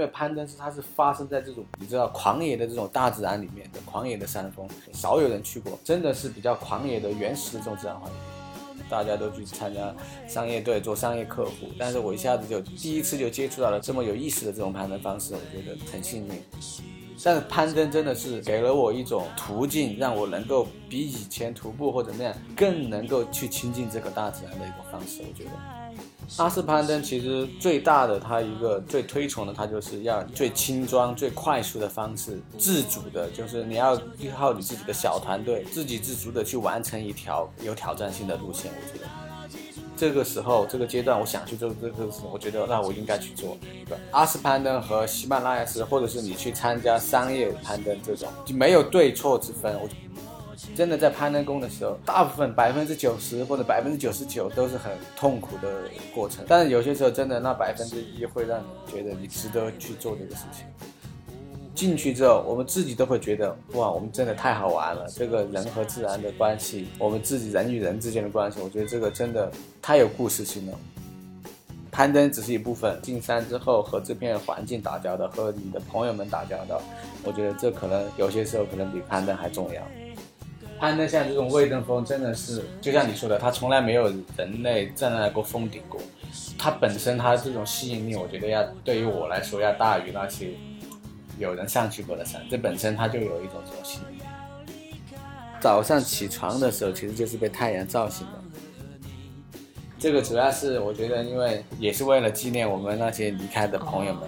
因为攀登它是发生在这种你知道狂野的这种大自然里面的狂野的山峰，少有人去过，真的是比较狂野的原始的这种自然环境。大家都去参加商业队做商业客户，但是我一下子就第一次就接触到了这么有意思的这种攀登方式，我觉得很幸运。但是攀登真的是给了我一种途径，让我能够比以前徒步或者那样更能够去亲近这个大自然的一种方式。我觉得阿斯攀登其实最大的它一个最推崇的，它就是要最轻装最快速的方式，自主的，就是你要依靠你自己的小团队自给自足的去完成一条有挑战性的路线。我觉得这个时候这个阶段我想去做这个事，我觉得那我应该去做阿斯攀登和喜马拉雅斯，或者是你去参加商业攀登，这种就没有对错之分。我真的在攀登工的时候，大部分90%或者99%都是很痛苦的过程，但是有些时候真的那1%会让你觉得你值得去做这个事情。进去之后我们自己都会觉得哇，我们真的太好玩了，这个人和自然的关系，我们自己人与人之间的关系，我觉得这个真的太有故事性了。攀登只是一部分，进山之后和这片环境打交道，和你的朋友们打交道，我觉得这可能有些时候可能比攀登还重要。攀登像这种卫登峰真的是就像你说的，它从来没有人类站在过峰顶过，它本身它这种吸引力，我觉得对于我来说要大于那些有人上去过的山，这本身它就有一种这种吸引力。早上起床的时候其实就是被太阳照醒的，这个主要是我觉得因为也是为了纪念我们那些离开的朋友们。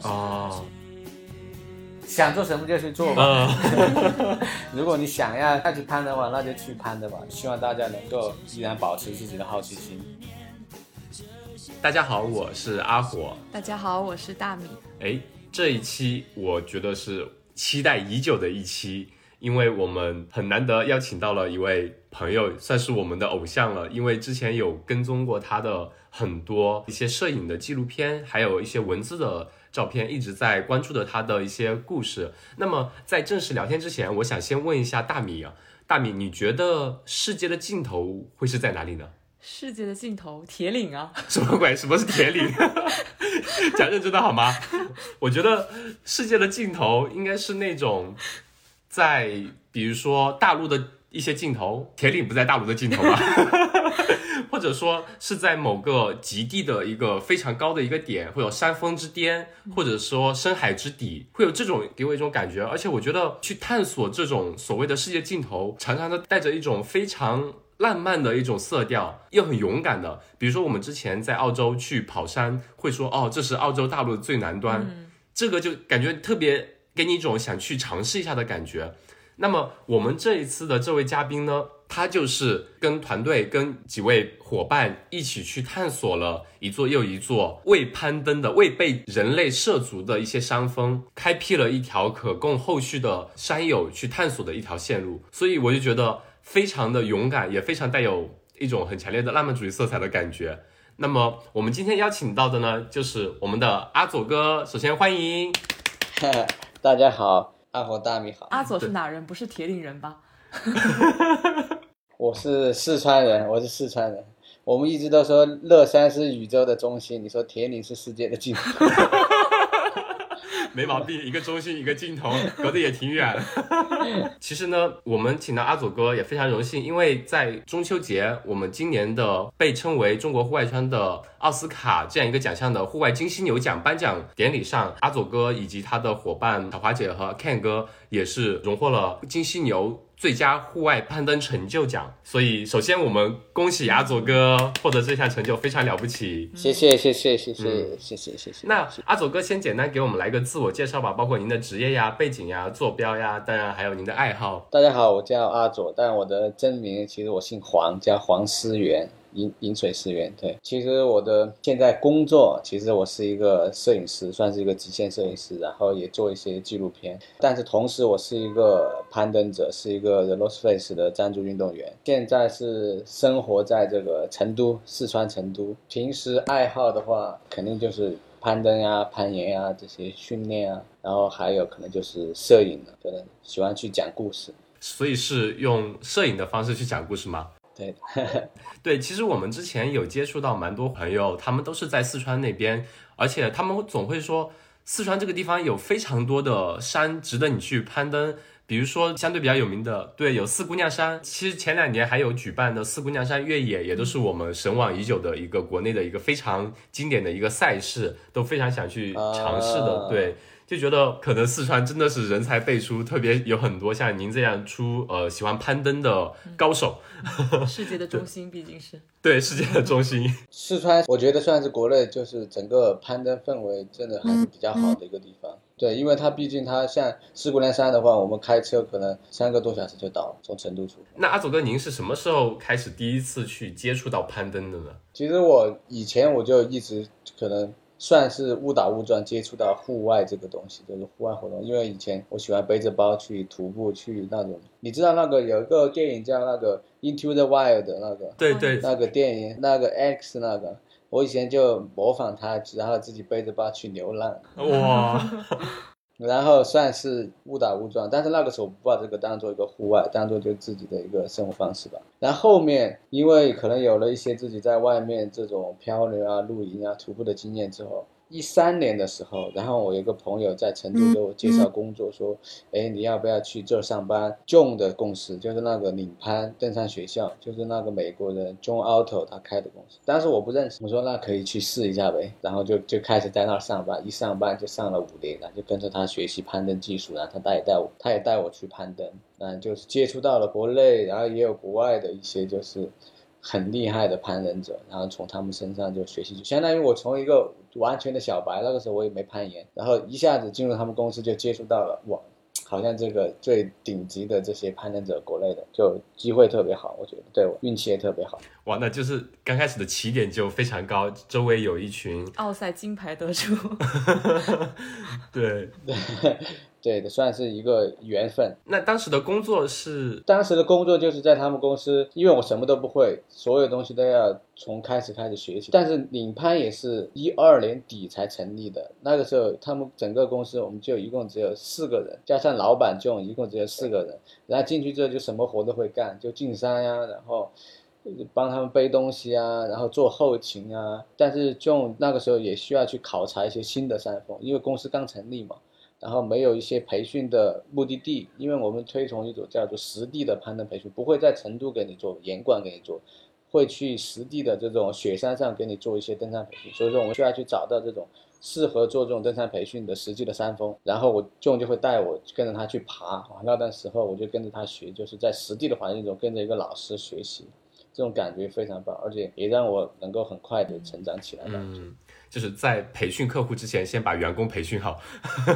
想做什么就去做吧。如果你想要去攀的话，那就去攀的吧。希望大家能够依然保持自己的好奇心。 大家好，我是阿火。 大家好，我是大米。 这一期我觉得是期待已久的一期，因为我们很难得邀请到了一位朋友，算是我们的偶像了。因为之前有跟踪过他的很多一些摄影的纪录片，还有一些文字的照片，一直在关注着他的一些故事。那么在正式聊天之前，我想先问一下大米啊，大米，你觉得世界的尽头会是在哪里呢？ 世界的尽头，铁岭啊！ 什么鬼？什么是铁岭？讲认真的好吗？我觉得世界的尽头应该是那种在比如说大陆的一些尽头，铁岭不在大陆的尽头吗？或者说是在某个极地的一个非常高的一个点，会有山峰之巅，或者说深海之底，会有这种给我一种感觉。而且我觉得去探索这种所谓的世界尽头，常常的带着一种非常浪漫的一种色调，又很勇敢的。比如说我们之前在澳洲去跑山，会说这是澳洲大陆的最南端，这个就感觉特别给你一种想去尝试一下的感觉。那么我们这一次的这位嘉宾呢，他就是跟团队跟几位伙伴一起去探索了一座又一座未攀登的未被人类涉足的一些山峰，开辟了一条可供后续的山友去探索的一条线路。所以我就觉得非常的勇敢，也非常带有一种很强烈的浪漫主义色彩的感觉。那么我们今天邀请到的呢，就是我们的阿佐哥，首先欢迎。 大家好，阿火大米好。 阿佐是哪人？不是铁岭人吧？ 我是四川人，我们一直都说乐山是宇宙的中心，你说铁岭是世界的尽头。 没毛病，一个中心一个尽头，隔得也挺远。其实呢，我们请到阿佐哥也非常荣幸，因为在中秋节，我们今年的被称为中国户外圈的奥斯卡这样一个奖项的户外金犀牛奖颁奖典礼上，阿佐哥以及他的伙伴小华姐和 Ken 哥也是荣获了金犀牛最佳户外攀登成就奖。所以首先我们恭喜阿佐哥获得这项成就，非常了不起。 谢谢。 那阿佐哥先简单给我们来个自我介绍吧，包括您的职业呀、背景呀、坐标呀，当然还有您的爱好。 大家好，我叫阿佐，但我的真名其实我姓黄，叫黄思源，饮水思源。对，其实我的现在工作，其实我是一个摄影师，算是一个极限摄影师，然后也做一些纪录片，但是同时我是一个攀登者，是一个 The North Face 的赞助运动员，现在是生活在这个成都，四川成都。平时爱好的话肯定就是攀登啊、攀岩啊这些训练啊，然后还有可能就是摄影的，可能喜欢去讲故事。 所以是用摄影的方式去讲故事吗？ 对。 对，其实我们之前有接触到蛮多朋友，他们都是在四川那边，而且他们总会说四川这个地方有非常多的山值得你去攀登，比如说相对比较有名的，对，有四姑娘山。其实前2年还有举办的四姑娘山越野，也都是我们神往已久的一个国内的一个非常经典的一个赛事，都非常想去尝试的。对，就觉得可能四川真的是人才辈出，特别有很多像您这样喜欢攀登的高手。 世界的中心毕竟是对，世界的中心。 四川我觉得算是国内就是整个攀登氛围真的还是比较好的一个地方。对，因为它毕竟它像四姑娘山的话，我们开车可能3个多小时就到了，从成都出发。 那阿祖哥，您是什么时候开始第一次去接触到攀登的呢？ 其实我以前我就一直可能算是误打误撞接触到户外这个东西，就是户外活动。因为以前我喜欢背着包去徒步，去那种，你知道那个有一个电影叫那个 Into the Wild 那个， 对对， 那个电影那个 X 那个，我以前就模仿他，然后自己背着包去流浪。 哇， 然后算是误打误撞，但是那个时候不把这个当做一个户外，当做就自己的一个生活方式吧。然后后面因为可能有了一些自己在外面这种漂流啊、露营啊、徒步的经验之后，13年的时候，然后我有一个朋友在成都给我介绍工作，说，哎，你要不要去这儿上班？John 的公司就是那个领攀登山学校，就是那个美国人 John Otto 他开的公司。当时我不认识，我说那可以去试一下呗，然后就开始在那儿上班，一上班就上了5年了，就跟着他学习攀登技术，然后他也带我去攀登，就是接触到了国内，然后也有国外的一些就是很厉害的攀登者，然后从他们身上就学习，就相当于我从一个完全的小白，那个时候我也没攀岩，然后一下子进入他们公司就接触到了，哇，好像这个最顶级的这些攀登者，国内的就机会特别好，我觉得对我运气也特别好。 哇，那就是刚开始的起点就非常高，周围有一群奥赛金牌得主。 对对的，算是一个缘分。 那当时的工作是？ 当时的工作就是在他们公司，因为我什么都不会，所有东西都要从开始学习。但是领攀也是12年底才成立的，那个时候他们整个公司我们就一共只有4个人，加上老板John一共只有4个人。然后进去之后就什么活都会干，就进山呀，然后帮他们背东西啊，然后做后勤啊。但是John那个时候也需要去考察一些新的山峰，因为公司刚成立嘛。然后没有一些培训的目的地，因为我们推崇一种叫做实地的攀登培训，不会在成都给你做，严管给你做，会去实地的这种雪山上给你做一些登山培训。所以说我们需要去找到这种适合做这种登山培训的实际的山峰，然后我就会带我跟着他去爬。那段时候我就跟着他学，就是在实地的环境中跟着一个老师学习，这种感觉非常棒，而且也让我能够很快的成长起来。 就是在培训客户之前，先把员工培训好。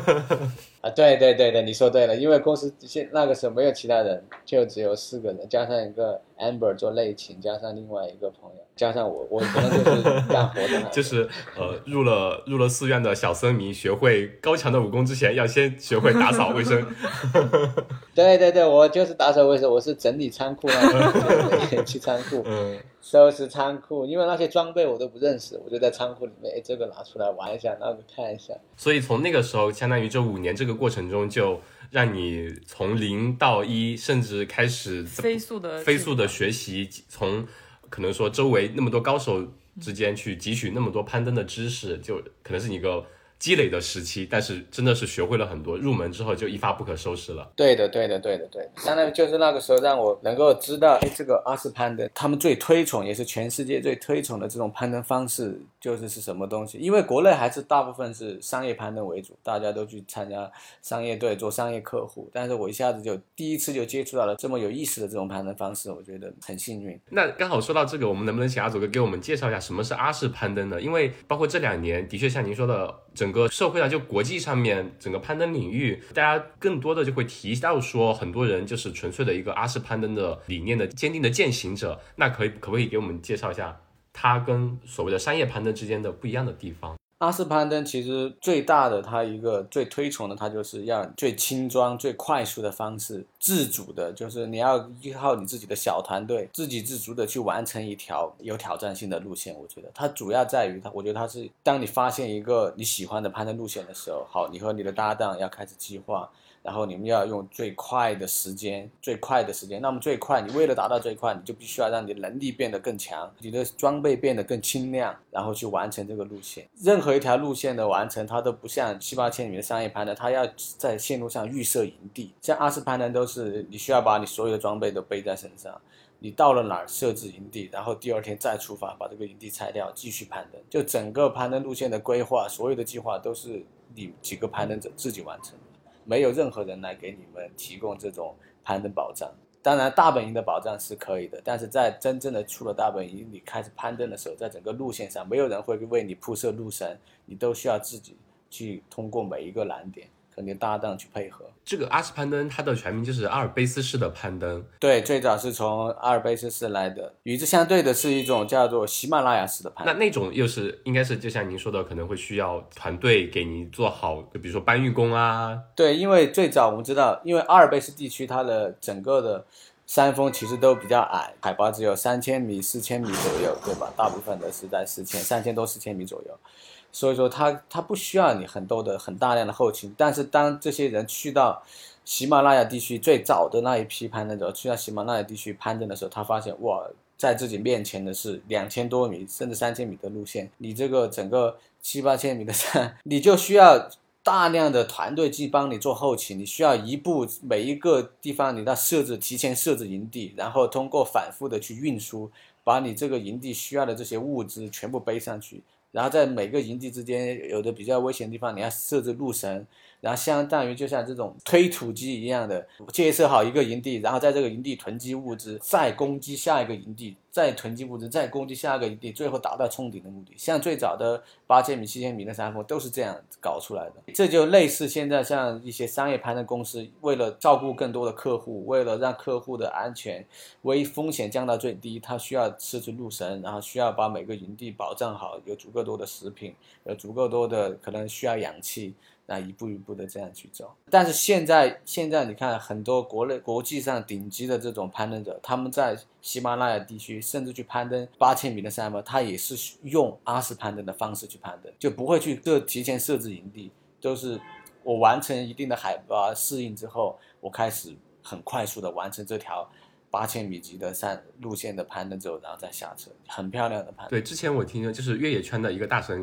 对，你说对了，因为公司那个时候没有其他人，就只有4个人，加上一个 Amber 做内勤，加上另外一个朋友，加上我可能就是干活的。 就是入了寺院的小僧迷，学会高强的武功之前，要先学会打扫卫生。 对，我就是打扫卫生，我是整理仓库去仓库，收拾仓库，因为那些装备我都不认识，我就在仓库里面，这个拿出来玩一下，那个看一下。 所以从那个时候，相当于这5年这个过程中，就让你从0到1，甚至开始飞速的学习，从可能说周围那么多高手之间去汲取那么多攀登的知识，就可能是你一个积累的时期，但是真的是学会了很多，入门之后就一发不可收拾了。 对的，相当于就是那个时候让我能够知道，这个阿斯攀登他们最推崇，也是全世界最推崇的这种攀登方式是什么东西。因为国内还是大部分是商业攀登为主，大家都去参加商业队做商业客户，但是我一下子就第一次就接触到了这么有意思的这种攀登方式，我觉得很幸运。 那刚好说到这个，我们能不能请阿祖哥给我们介绍一下什么是阿式攀登呢？因为包括这2年的确像您说的，整个社会上就国际上面整个攀登领域，大家更多的就会提到说，很多人就是纯粹的一个阿式攀登的理念的坚定的践行者。那可不可以给我们介绍一下它跟所谓的商业攀登之间的不一样的地方？ 阿式攀登其实最大的它一个最推崇的，它就是要最轻装最快速的方式，自主的，就是你要依靠你自己的小团队自给自足的去完成一条有挑战性的路线。我觉得它主要在于我觉得它是当你发现一个你喜欢的攀登路线的时候，好，你和你的搭档要开始计划， 然后你们要用最快的时间，那么最快，你为了达到最快，你就必须要让你的能力变得更强，你的装备变得更轻量，然后去完成这个路线。任何一条路线的完成，它都不像7-8千米的商业攀登，它要在线路上预设营地。像阿斯攀登都是你需要把你所有的装备都背在身上，你到了哪儿设置营地，然后第二天再出发，把这个营地拆掉，继续攀登。就整个攀登路线的规划，所有的计划都是你几个攀登者自己完成的。没有任何人来给你们提供这种攀登保障。当然大本营的保障是可以的，但是在真正的出了大本营你开始攀登的时候，在整个路线上没有人会为你铺设路绳，你都需要自己去通过每一个栏点和你的搭档去配合。 这个阿斯攀登它的全名就是阿尔卑斯式的攀登。 对，最早是从阿尔卑斯式来的，与之相对的是一种叫做喜马拉雅式的攀登。 那种又是应该是就像您说的，可能会需要团队给你做好，就比如说搬运工啊。 对，因为最早我们知道，因为阿尔卑斯地区它的整个的山峰其实都比较矮，海拔只有3000米、4000米左右，对吧？大部分的是在3000多、4000米左右。所以说它不需要你很大量的后勤。但是当这些人去到喜马拉雅地区，最早的那一批攀登者去到喜马拉雅地区攀登的时候，他发现哇，在自己面前的是2000多米甚至3000米的路线，你这个整个7-8千米的山，你就需要大量的团队去帮你做后勤，你需要每一个地方你要提前设置营地，然后通过反复的去运输，把你这个营地需要的这些物资全部背上去。然后在每个营地之间有的比较危险的地方你要设置路绳，然后相当于就像这种推土机一样的建设好一个营地，然后在这个营地囤积物资，再攻击下一个营地，再囤积物资，再攻击下一个营地，最后达到冲顶的目的。像最早的8000米、7000米的山峰都是这样搞出来的。这就类似现在像一些商业攀登公司，为了照顾更多的客户，为了让客户的安全风险降到最低，他需要设置路绳，然后需要把每个营地保障好，有足够多的食品，有足够多的可能需要氧气，那一步一步的这样去走。但是现在你看很多国际上顶级的这种攀登者，他们在喜马拉雅地区甚至去攀登8000米的山峰，他也是用阿斯攀登的方式去攀登，就不会去提前设置营地，都是我完成一定的海拔适应之后，我开始很快速的完成这条8000米级的路线的攀登之后，然后再下车，很漂亮的攀登。 对，之前我听说就是越野圈的一个大神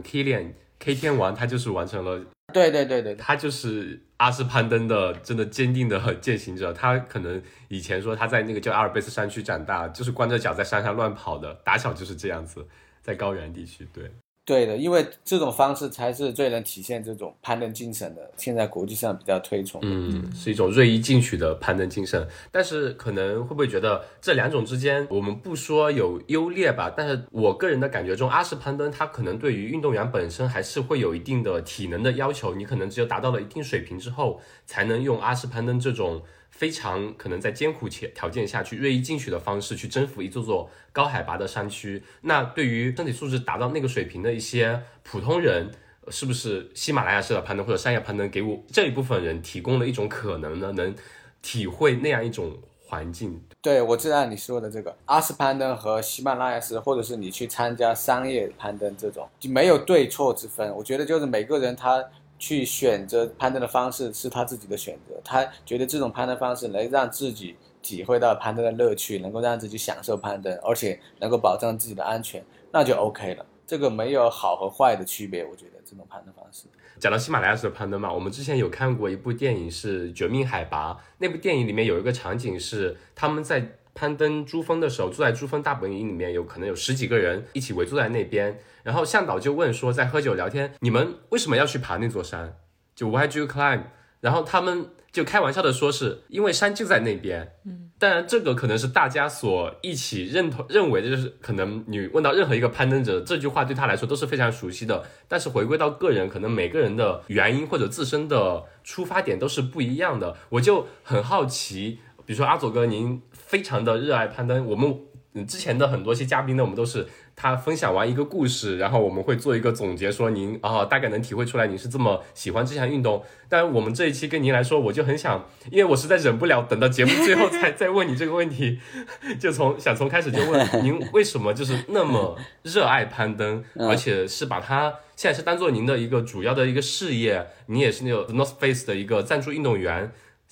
K 天王，他就是完成了。 对， 他就是阿斯攀登的真的坚定的践行者。他可能以前说他在那个叫阿尔卑斯山区长大，就是光着脚在山上乱跑的，打小就是这样子，在高原地区。 对的，因为这种方式才是最能体现这种攀登精神的，现在国际上比较推崇。 是一种锐意进取的攀登精神。但是可能会不会觉得这两种之间，我们不说有优劣吧，但是我个人的感觉中，阿斯攀登它可能对于运动员本身还是会有一定的体能的要求，你可能只有达到了一定水平之后，才能用阿斯攀登这种非常可能在艰苦条件下去锐意进取的方式去征服一座高海拔的山区。那对于身体素质达到那个水平的一些普通人，是不是喜马拉雅式的攀登或者商业攀登给我这一部分人提供了一种可能呢？能体会那样一种环境？ 对，我知道你说的这个阿斯攀登和喜马拉雅式，或者是你去参加商业攀登这种，就没有对错之分。我觉得就是每个人他去选择攀登的方式是他自己的选择，他觉得这种攀登方式能让自己体会到攀登的乐趣，能够让自己享受攀登，而且能够保障自己的安全，那就 OK 了。这个没有好和坏的区别，我觉得这种攀登方式。 讲到喜马拉雅式的攀登嘛，我们之前有看过一部电影是《绝命海拔》，那部电影里面有一个场景是他们在攀登珠峰的时候，住在珠峰大本营里面，可能有10几个人一起围坐在那边，然后向导就问说，在喝酒聊天，你们为什么要去爬那座山？就 Why do you climb？ 然后他们就开玩笑的说是因为山就在那边。当然这个可能是大家所一起认为的，就是可能你问到任何一个攀登者，这句话对他来说都是非常熟悉的，但是回归到个人，可能每个人的原因或者自身的出发点都是不一样的。我就很好奇，比如说阿佐哥您非常的热爱攀登，我们之前的很多些嘉宾呢，我们都是他分享完一个故事，然后我们会做一个总结，说您大概能体会出来您是这么喜欢这项运动。但我们这一期跟您来说，我就很想，因为我实在忍不了等到节目最后再问你这个问题，就想从开始就问您为什么就是那么热爱攀登，而且是把它现在是当做您的一个主要的一个事业，你也是那个 The North Face 的一个赞助运动员。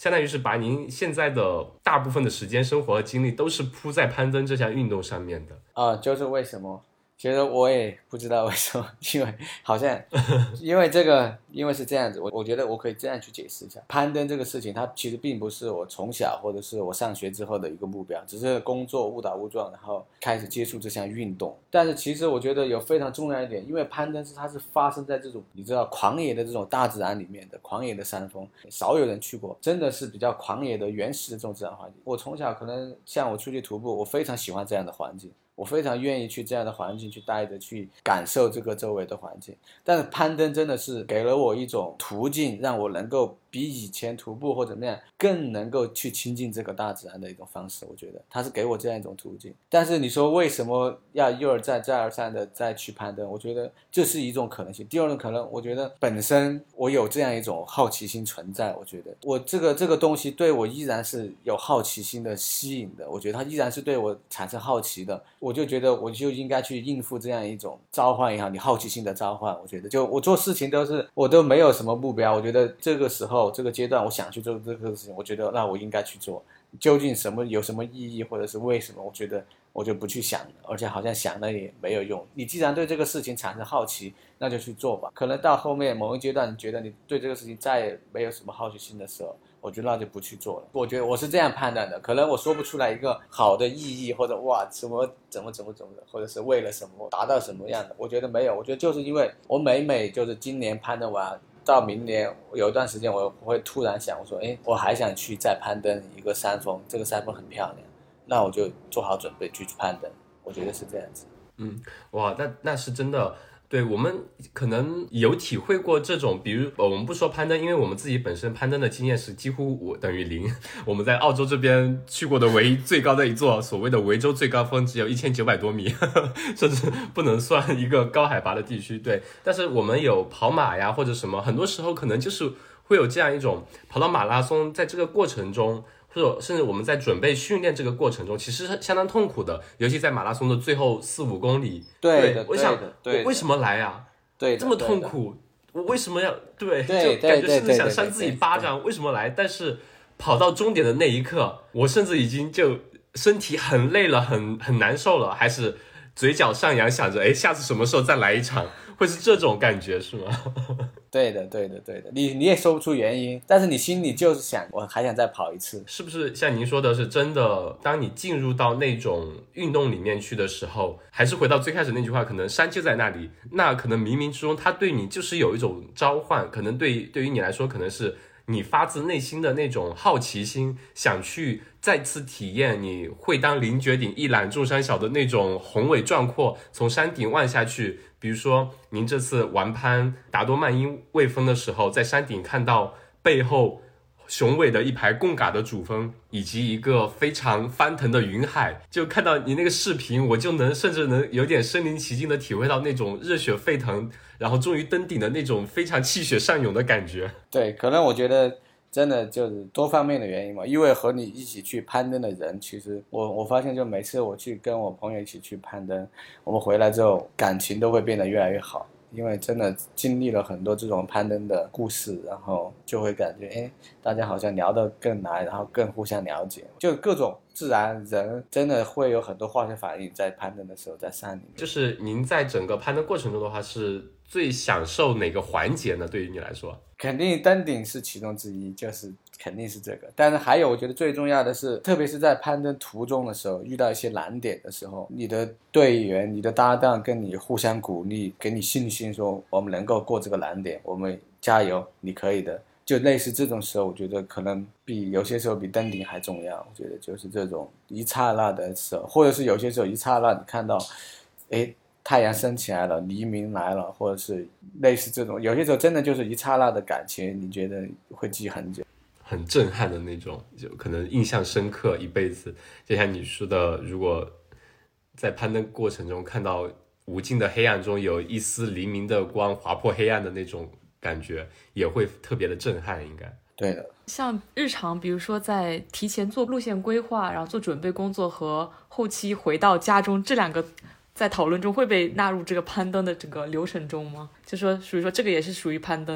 相当于是把您现在的大部分的时间、生活和精力都是扑在攀登这项运动上面的。 就是为什么？其实我也不知道为什么，因为好像因为是这样子，我觉得我可以这样去解释一下，攀登这个事情，它其实并不是我从小或者是我上学之后的一个目标，只是工作误打误撞，然后开始接触这项运动。但是其实我觉得有非常重要一点，因为攀登它是发生在这种你知道狂野的这种大自然里面的，狂野的山峰，少有人去过，真的是比较狂野的原始的这种自然环境。我从小可能像我出去徒步，我非常喜欢这样的环境。我非常愿意去这样的环境去待着，去感受这个周围的环境。但是攀登真的是给了我一种途径，让我能够比以前徒步或怎么样更能够去亲近这个大自然的一种方式。我觉得它是给我这样一种途径。但是你说为什么要一而再再而三的再去攀登，我觉得这是一种可能性。第二种可能，我觉得本身我有这样一种好奇心存在，我觉得我这个东西对我依然是有好奇心的吸引的，我觉得它依然是对我产生好奇的。我就觉得我就应该去应付这样一种召唤也好，你好奇心的召唤。我觉得就我做事情我都没有什么目标，我觉得这个时候这个阶段我想去做这个事情，我觉得那我应该去做。究竟有什么意义或者是为什么，我觉得我就不去想了，而且好像想了也没有用。你既然对这个事情产生好奇，那就去做吧。可能到后面某一阶段你觉得你对这个事情再也没有什么好奇心的时候，我觉得那就不去做了。我觉得我是这样判断的，可能我说不出来一个好的意义，或者哇什么怎么的，或者是为了什么达到什么样的，我觉得没有。我觉得就是因为我每就是今年攀登完，到明年有一段时间我会突然想，我说我还想去再攀登一个山峰，这个山峰很漂亮，那我就做好准备去攀登。我觉得是这样子。 哇，那是真的。对，我们可能有体会过这种，比如我们不说攀登，因为我们自己本身攀登的经验是几乎等于零。我们在澳洲这边去过的唯一最高的一座所谓的维州最高峰只有1900多米，甚至不能算一个高海拔的地区。对，但是我们有跑马呀或者什么，很多时候可能就是会有这样一种跑到马拉松，在这个过程中或者甚至我们在准备训练这个过程中，其实是相当痛苦的，尤其在马拉松的最后4-5公里。 对， 我想我为什么来啊？ 对， 这么痛苦，我为什么要就感觉甚至想扇自己巴掌，为什么来？但是跑到终点的那一刻，我甚至已经就身体很累了，很难受了，还是嘴角上扬，想着下次什么时候再来一场，会是这种感觉是吗？ 对的，你也说不出原因，但是你心里就是想，我还想再跑一次。 是不是像您说的是真的？当你进入到那种运动里面去的时候，还是回到最开始那句话，可能山就在那里，那可能冥冥之中它对你就是有一种召唤，可能对于你来说，可能是你发自内心的那种好奇心，想去再次体验你会当凌绝顶一览众山小的那种宏伟壮阔，从山顶望下去。比如说您这次完攀达多曼因卫峰的时候，在山顶看到背后雄伟的一排贡嘎的主峰，以及一个非常翻腾的云海，就看到你那个视频，我就甚至能有点身临其境的体会到那种热血沸腾，然后终于登顶的那种非常气血上涌的感觉。 对，可能我觉得真的就是多方面的原因嘛，因为和你一起去攀登的人，其实我发现就每次我去跟我朋友一起去攀登，我们回来之后感情都会变得越来越好，因为真的经历了很多这种攀登的故事，然后就会感觉大家好像聊得更来，然后更互相了解，就各种自然人真的会有很多化学反应在攀登的时候，在山里面。 就是您在整个攀登过程中的话，是最享受哪个环节呢？对于你来说， 肯定登顶是其中之一，就是肯定是这个。但是还有我觉得最重要的是，特别是在攀登途中的时候，遇到一些难点的时候，你的队员你的搭档跟你互相鼓励，给你信心，说我们能够过这个难点，我们加油，你可以的。就类似这种时候，我觉得可能有些时候比登顶还重要。我觉得就是这种一刹那的时候，或者是有些时候一刹那你看到太阳升起来了，黎明来了，或者是类似这种，有些时候真的就是一刹那的感情，你觉得会记很久， 很震撼的那种，就可能印象深刻一辈子。就像你说的，如果在攀登过程中看到无尽的黑暗中有一丝黎明的光划破黑暗的那种感觉，也会特别的震撼，应该。 对的。 像日常比如说在提前做路线规划，然后做准备工作和后期回到家中，这两个在讨论中会被纳入这个攀登的整个流程中吗？就说属于说这个也是属于攀登。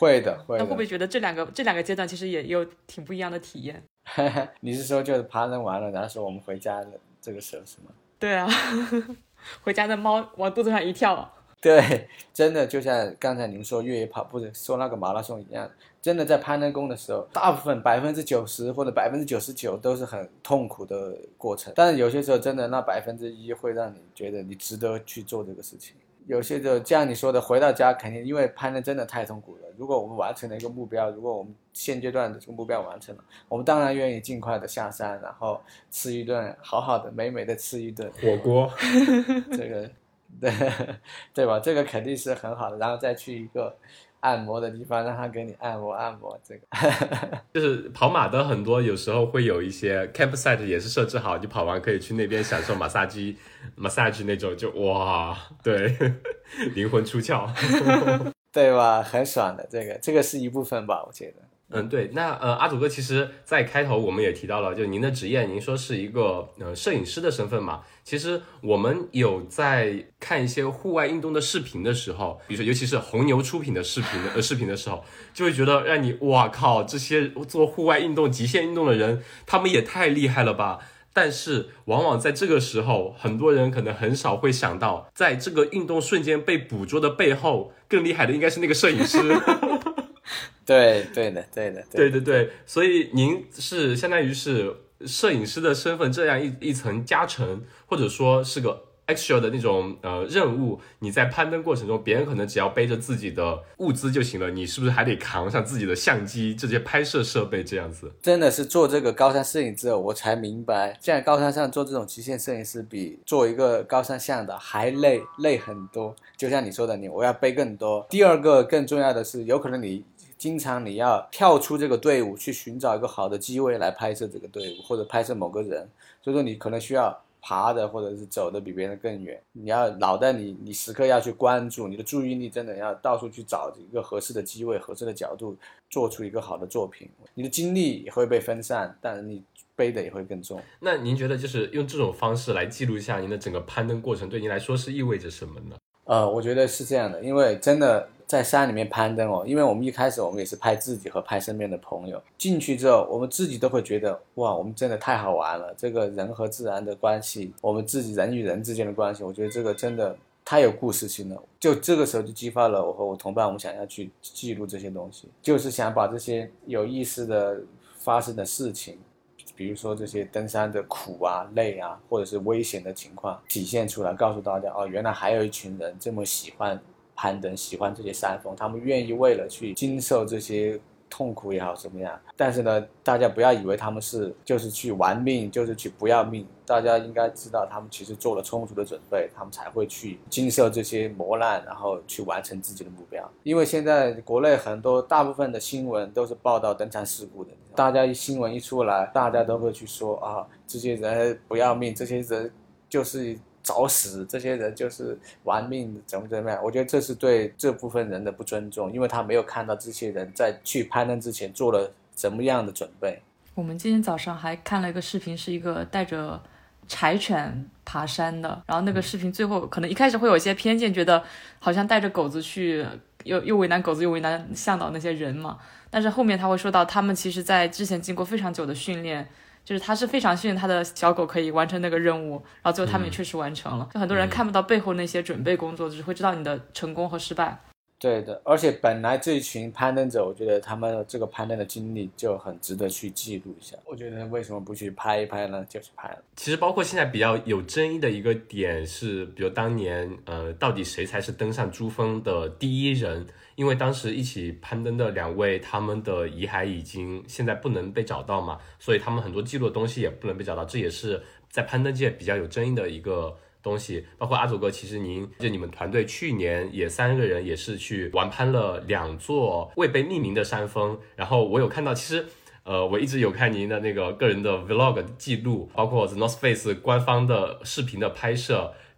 会的。 那会不会觉得这两个阶段其实也有挺不一样的体验？ 你是说就是爬登完了，然后说我们回家的这个时候是吗？ 对啊，回家的猫往肚子上一跳。 对，真的就像刚才您说越野跑，不是说那个马拉松一样，真的在攀登宫的时候，大部分90%或者99%都是很痛苦的过程，但是有些时候真的那1%会让你觉得你值得去做这个事情。有些就像你说的，回到家肯定因为攀登真的太痛苦了。如果我们完成了一个目标，如果我们现阶段的这个目标完成了，我们当然愿意尽快的下山，然后吃一顿好好的美美的吃一顿火锅， 这个对吧？这个肯定是很好的，然后再去一个按摩的地方，让他给你按摩这个。 就是跑马的很多有时候会有一些 campsite 也是设置好，你跑完可以去那边享受massage 那种，就哇，对，灵魂出窍， 对吧？很爽的，这个是一部分吧，我觉得。 对，那阿祖哥，其实在开头我们也提到了，就您的职业，您说是一个摄影师的身份嘛。其实我们有在看一些户外运动的视频的时候，比如说尤其是红牛出品的视频的时候，就会觉得让你哇靠，这些做户外运动、极限运动的人，他们也太厉害了吧。但是往往在这个时候，很多人可能很少会想到，在这个运动瞬间被捕捉的背后，更厉害的应该是那个摄影师。 对， 所以您是相当于是摄影师的身份这样一层加成，或者说是个 extra 的那种任务。你在攀登过程中，别人可能只要背着自己的物资就行了，你是不是还得扛上自己的相机这些拍摄设备这样子？ 真的是做这个高山摄影之后，我才明白，在高山上做这种极限摄影师，比做一个高山向导还累很多。就像你说的，我要背更多。第二个更重要的是，有可能经常你要跳出这个队伍去寻找一个好的机位来拍摄这个队伍，或者拍摄某个人，所以说你可能需要爬的或者是走的比别人更远，你要脑袋你时刻要去关注，你的注意力真的要到处去找一个合适的机位、合适的角度，做出一个好的作品。你的精力也会被分散，但是你背的也会更重。 那您觉得就是用这种方式来记录一下您的整个攀登过程，对您来说是意味着什么呢？ 我觉得是这样的，因为真的在山里面攀登因为我们一开始我们也是拍自己和拍身边的朋友，进去之后我们自己都会觉得哇，我们真的太好玩了，这个人和自然的关系，我们自己人与人之间的关系，我觉得这个真的太有故事性了。就这个时候就激发了我和我同伴，我们想要去记录这些东西，就是想把这些有意思的发生的事情，比如说这些登山的苦啊、累啊，或者是危险的情况体现出来，告诉大家原来还有一群人这么喜欢攀登，喜欢这些山峰，他们愿意为了去经受这些痛苦也好怎么样，但是呢，大家不要以为他们就是去玩命，就是去不要命，大家应该知道他们其实做了充足的准备，他们才会去经受这些磨难，然后去完成自己的目标。因为现在国内大部分的新闻都是报道登山事故的，大家新闻一出来，大家都会去说这些人不要命，这些人就是找死，这些人就是玩命怎么样。我觉得这是对这部分人的不尊重，因为他没有看到这些人在去攀登之前做了怎么样的准备。 我们今天早上还看了一个视频，是一个带着柴犬爬山的，然后那个视频最后可能一开始会有一些偏见，觉得好像带着狗子去又为难狗子又为难向导那些人嘛，但是后面他会说到他们其实在之前经过非常久的训练，就是他是非常信任他的小狗可以完成那个任务，然后最后他们也确实完成了。就很多人看不到背后那些准备工作，只会知道你的成功和失败。 对的，而且本来这一群攀登者，我觉得他们这个攀登的经历就很值得去记录一下。我觉得为什么不去拍一拍呢？就去拍了。 其实包括现在比较有争议的一个点是，比如当年到底谁才是登上珠峰的第一人？因为当时一起攀登的两位，他们的遗骸已经现在不能被找到嘛，所以他们很多记录的东西也不能被找到，这也是在攀登界比较有争议的一个东西。包括阿祖哥，其实你们团队去年也3个人也是去完攀了2座未被命名的山峰，然后我有看到，其实我一直有看您的那个个人的 vlog 记录，包括 The North Face 官方的视频的拍摄，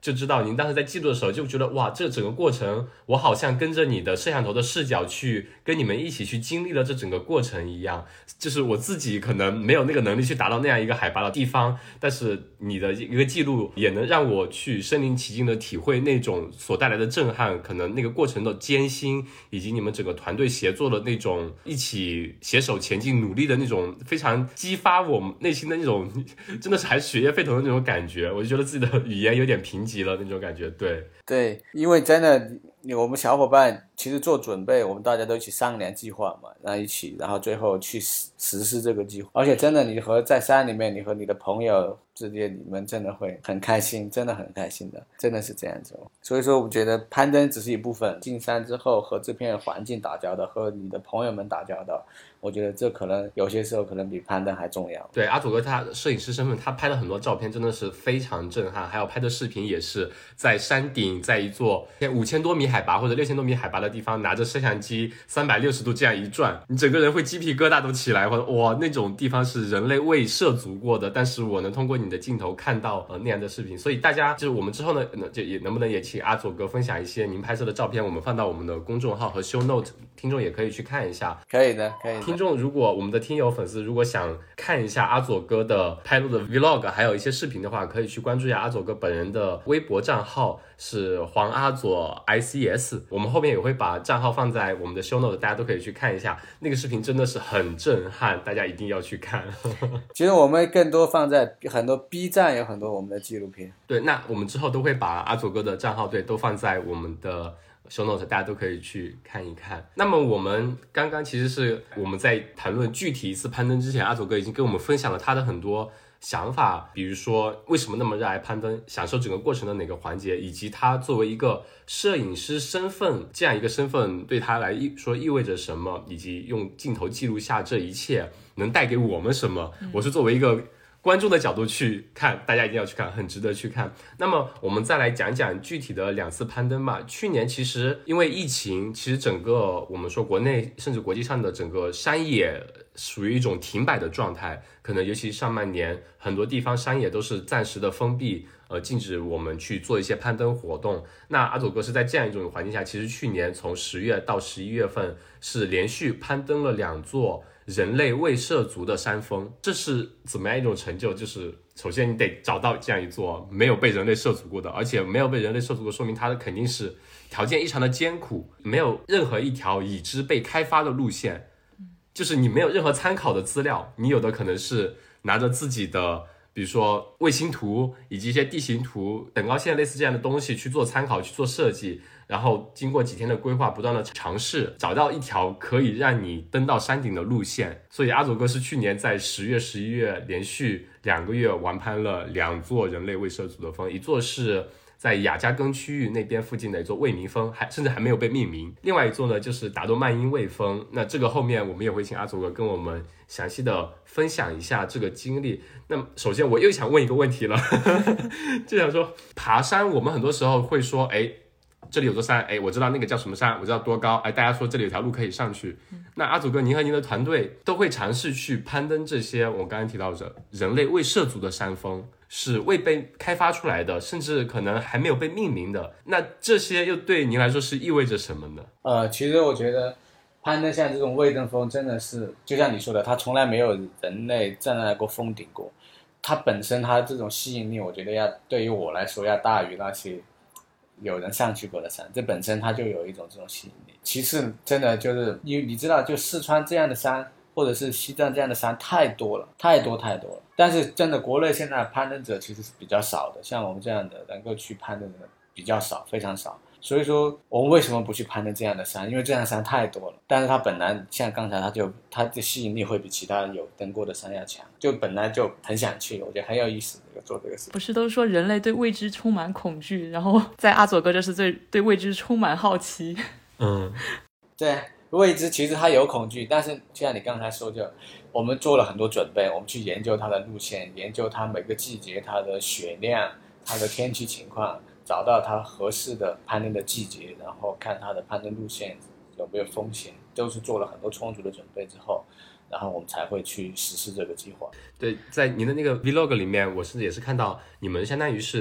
就知道您当时在记录的时候就觉得哇，这整个过程我好像跟着你的摄像头的视角去跟你们一起去经历了这整个过程一样。就是我自己可能没有那个能力去达到那样一个海拔的地方，但是你的一个记录也能让我去身临其境的体会那种所带来的震撼，可能那个过程的艰辛，以及你们整个团队协作的那种一起携手前进努力的那种非常激发我们内心的那种真的是还是血液沸腾的那种感觉。我就觉得自己的语言有点贫瘠了那种感觉。 对，因为真的我们小伙伴其实做准备，我们大家都一起商量计划嘛，然后最后去实施这个计划。而且真的你在山里面，你和你的朋友之间，你们真的会很开心，真的很开心的，真的是这样子。所以说我觉得攀登只是一部分，进山之后和这片环境打交道，和你的朋友们打交道，我觉得这可能有些时候可能比攀登还重要。 对，阿祖哥他摄影师身份，他拍了很多照片真的是非常震撼，还有拍的视频也是在山顶，在一座5000多米海拔或者6000多米海拔的地方，拿着摄像机360度这样一转，你整个人会鸡皮疙瘩都起来，或者哇，那种地方是人类未涉足过的，但是我能通过你的镜头看到那样的视频。所以大家就是我们之后呢，就也能不能也请阿祖哥分享一些您拍摄的照片，我们放到我们的公众号和 show note， 听众也可以去看一下。 可以的，可以的。 听众如果我们的听友粉丝如果想看一下阿佐哥的拍录的 vlog 还有一些视频的话，可以去关注一下阿佐哥本人的微博账号，是黄阿佐 ICS， 我们后面也会把账号放在我们的 show note， 大家都可以去看一下，那个视频真的是很震撼，大家一定要去看。 其实我们更多放在很多 B 站有很多我们的纪录片。 对，那我们之后都会把阿佐哥的账号都放在我们的show note， 大家都可以去看一看。那么我们刚刚其实是我们在谈论具体一次攀登之前，阿佐哥已经跟我们分享了他的很多想法，比如说为什么那么热爱攀登，享受整个过程的哪个环节，以及他作为一个摄影师身份，这样一个身份对他来说意味着什么，以及用镜头记录下这一切能带给我们什么。我是作为一个观众的角度去看，大家一定要去看，很值得去看。那么我们再来讲讲具体的2次攀登吧。去年其实因为疫情，其实整个我们说国内甚至国际上的整个山野属于一种停摆的状态，可能尤其上半年很多地方山野都是暂时的封闭，禁止我们去做一些攀登活动。那阿佐哥是在这样一种环境下，其实去年从10月到11月份是连续攀登了2座人类未涉足的山峰。这是怎么样一种成就？就是首先你得找到这样一座没有被人类涉足过的，而且没有被人类涉足过，说明它的肯定是条件异常的艰苦，没有任何一条已知被开发的路线，就是你没有任何参考的资料，你有的可能是拿着自己的比如说卫星图以及一些地形图、等高线类似这样的东西去做参考、去做设计，然后经过几天的规划，不断的尝试，找到一条可以让你登到山顶的路线。所以阿佐哥是去年在10月、11月连续2个月完攀了2座人类未涉足的峰，一座是在雅加根区域那边附近的一座未名峰，甚至还没有被命名。另外一座呢，就是达多曼因卫峰。那这个后面我们也会请阿佐哥跟我们详细的分享一下这个经历。那么首先我又想问一个问题了，就想说爬山，我们很多时候会说，这里有座山，我知道那个叫什么山，我知道多高，大家说这里有条路可以上去。那阿祖哥，您和您的团队都会尝试去攀登这些我刚才提到的人类未涉足的山峰，是未被开发出来的，甚至可能还没有被命名的。那这些又对您来说是意味着什么呢？ 其实我觉得攀登像这种未登峰真的是就像你说的，它从来没有人类站在过峰顶过，它本身它这种吸引力，我觉得对于我来说要大于那些有人上去过的山，这本身它就有一种这种吸引力。其次真的就是你知道，就四川这样的山或者是西藏这样的山太多了，太多了。但是真的国内现在攀登者其实是比较少的，像我们这样的能够去攀登的比较少，非常少。所以说我们为什么不去攀登这样的山？因为这样的山太多了，但是它本来像刚才它的吸引力会比其他有登过的山要强，就本来就很想去，我觉得很有意思做这个事。 不是都说人类对未知充满恐惧，然后在阿佐哥这是对未知充满好奇。 对，未知其实它有恐惧，但是就像你刚才说，就我们做了很多准备，我们去研究它的路线，研究它每个季节它的雪量、它的天气情况，找到它合适的攀登的季节，然后看它的攀登路线有没有风险，都是做了很多充足的准备之后，然后我们才会去实施这个计划。 对，在您的那个 vlog 里面，我甚至也是看到你们相当于是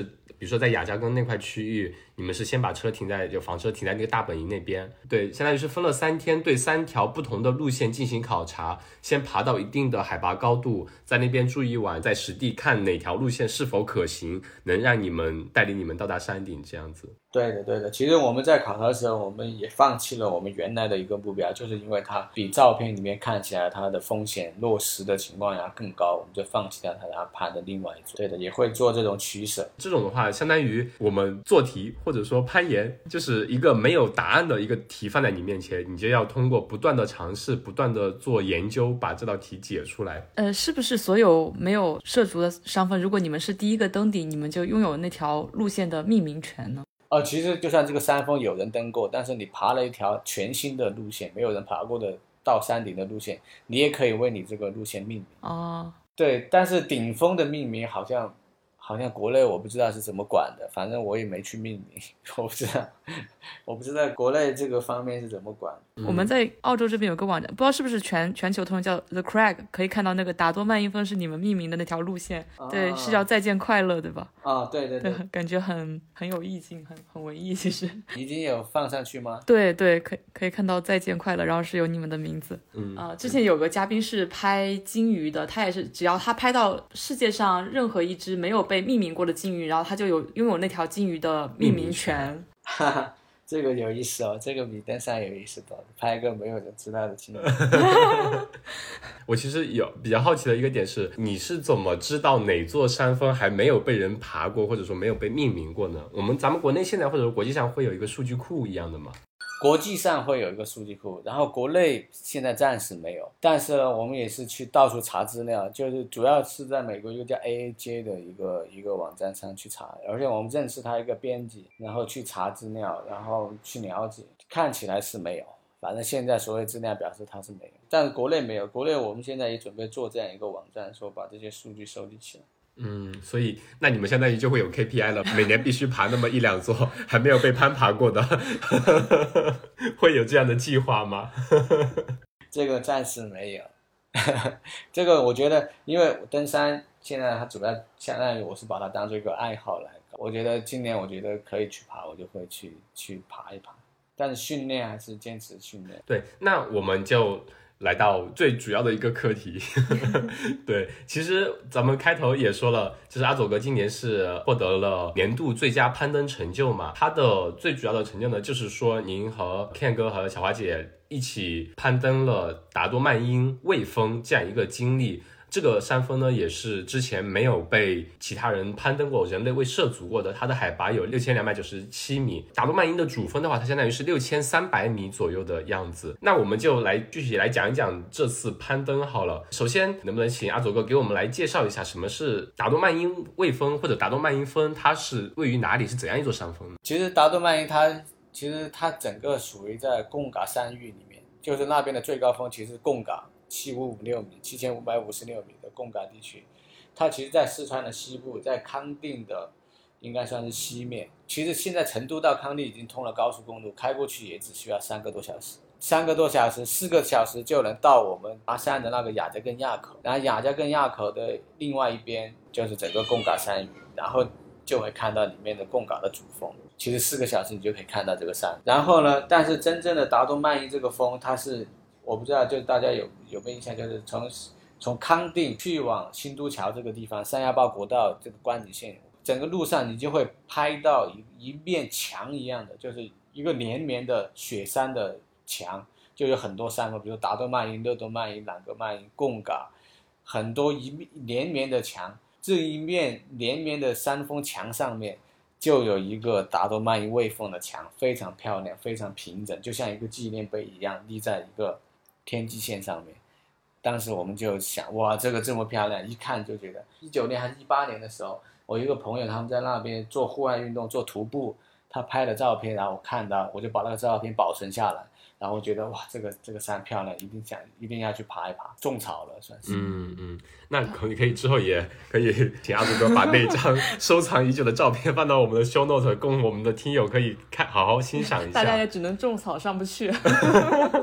比如说在雅加根那块区域，你们是先把车停在就房车停在那个大本营那边，对，相当于是分了3天，对3条不同的路线进行考察，先爬到一定的海拔高度，在那边住一晚，在实地看哪条路线是否可行，能让你们带领你们到达山顶这样子。 对的对的，其实我们在考察的时候，我们也放弃了我们原来的一个目标，就是因为它比照片里面看起来它的风险落实的情况呀更高，我们就放弃了它，然后攀的另外一组。对的，也会做这种取舍。 这种的话相当于我们做题或者说攀岩，就是一个没有答案的一个题放在你面前，你就要通过不断的尝试，不断的做研究，把这道题解出来。 是不是所有没有涉足的山峰，如果你们是第一个登顶，你们就拥有那条路线的命名权呢？ 其实就算这个山峰有人登过，但是你爬了一条全新的路线，没有人爬过的到山顶的路线，你也可以为你这个路线命名。 哦， 对，但是顶峰的命名好像国内我不知道是怎么管的，反正我也没去命名，我不知道国内这个方面是怎么管。 我们在澳洲这边有个网站，不知道是不是全球通用，叫 The Crag， 可以看到那个达多曼因峰是你们命名的那条路线，对，是叫再见快乐，对吧？ 对对对， 感觉很有意境，很文艺。其实已经有放上去吗？ 对，可以看到再见快乐，然后是有你们的名字。之前有个嘉宾是拍鲸鱼的，他也是只要他拍到世界上任何一只没有被命名过的鲸鱼，然后他就拥有那条鲸鱼的命名权。 哈哈，这个有意思哦，这个比登山有意思多了，拍一个没有人知道的鲸鱼。 我其实有比较好奇的一个点是，你是怎么知道哪座山峰还没有被人爬过，或者说没有被命名过呢？咱们国内现在或者国际上会有一个数据库一样的吗？ 国际上会有一个数据库，然后国内现在暂时没有，但是呢，我们也是去到处查资料，就是主要是在美国一个叫 AAJ 的一个网站上去查，而且我们认识他一个编辑，然后去查资料，然后去了解，看起来是没有，反正现在所有资料表示它是没有，但是国内没有，国内我们现在也准备做这样一个网站，说把这些数据收集起来。 所以那你们相当于就会有 KPI 了，每年必须爬那么1-2座还没有被攀爬过的会有这样的计划吗？ 这个暂时没有这个我觉得因为登山现在它主要相当于我是把它当做一个爱好来搞，我觉得今年我觉得可以去爬，我就会去爬一爬，但是训练还是坚持训练。 对，那我们就来到最主要的一个课题对，其实咱们开头也说了，就是阿佐哥今年是获得了年度最佳攀登成就嘛，他的最主要的成就呢，就是说您和 Ken 哥和小华姐一起攀登了达多曼因卫峰这样一个经历。这个山峰呢，也是之前没有被其他人攀登过，人类未涉足过的。它的海拔有6297米。达多曼因的主峰的话，它相当于是6300米左右的样子。那我们就来具体来讲一讲这次攀登好了。首先，能不能请阿佐哥给我们来介绍一下什么是达多曼因卫峰或者达多曼因峰？它是位于哪里？是怎样一座山峰呢？ 其实达多曼因它整个属于在贡嘎山域里面，就是那边的最高峰其实贡嘎7556米，7556米的贡嘎地区，它其实在四川的西部，在康定的应该算是西面。其实现在成都到康定已经通了高速公路，开过去也只需要3个多小时，4个小时就能到我们爬山的那个雅加根垭口，然后雅加根垭口的另外一边就是整个贡嘎山域，然后就会看到里面的贡嘎的主峰。其实4个小时你就可以看到这个山。然后呢，但是真正的达多曼因这个峰，它是我不知道，就大家有没有印象，就是从康定去往新都桥这个地方，318国道这个观景线，整个路上你就会拍到一面墙一样的，就是一个连绵的雪山的墙，就有很多山峰，比如达多曼因、勒多曼因、朗格曼因、贡嘎，很多连绵的墙。这一面连绵的山峰墙上面就有一个达多曼因卫峰的墙，非常漂亮，非常平整，就像一个纪念碑一样立在一个天际线上面。当时我们就想，哇，这个这么漂亮，一看就觉得。19年还是18年的时候，我一个朋友他们在那边做户外运动，做徒步，他拍了照片，然后我看到，我就把那个照片保存下来，然后觉得哇，这个山漂亮，一定要去爬一爬，种草了算是。 那可以之后也可以请阿祖哥把那张收藏已久的照片放到我们的 show note， 供我们的听友可以看，好好欣赏一下。 大家也只能种草，上不去。